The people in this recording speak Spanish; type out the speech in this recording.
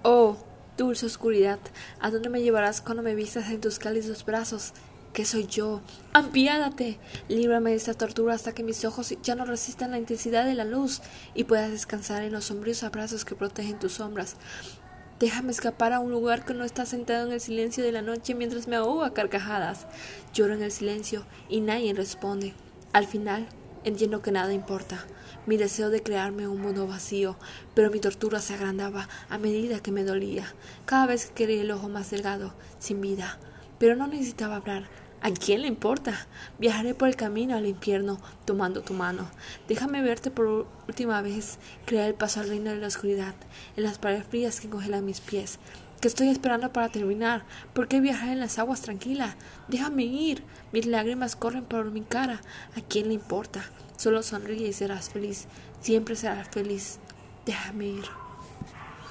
Oh, dulce oscuridad, ¿a dónde me llevarás cuando me vistas en tus cálidos brazos? ¿Qué soy yo? ¡Apiádate! Líbrame de esta tortura hasta que mis ojos ya no resistan la intensidad de la luz y puedas descansar en los sombríos abrazos que protegen tus sombras. Déjame escapar a un lugar que no está sentado en el silencio de la noche mientras me ahogo a carcajadas. Lloro en el silencio y nadie responde. Al final, entiendo que nada importa. Mi deseo de crearme un mundo vacío, pero mi tortura se agrandaba a medida que me dolía. Cada vez que quería el ojo más delgado, sin vida. Pero no necesitaba hablar. ¿A quién le importa? Viajaré por el camino al infierno, tomando tu mano. Déjame verte por última vez, crear el paso al reino de la oscuridad, en las paredes frías que congelan mis pies. ¿Qué estoy esperando para terminar? ¿Por qué viajar en las aguas tranquila? Déjame ir. Mis lágrimas corren por mi cara. ¿A quién le importa? Solo sonríe y serás feliz. Siempre serás feliz. Déjame ir.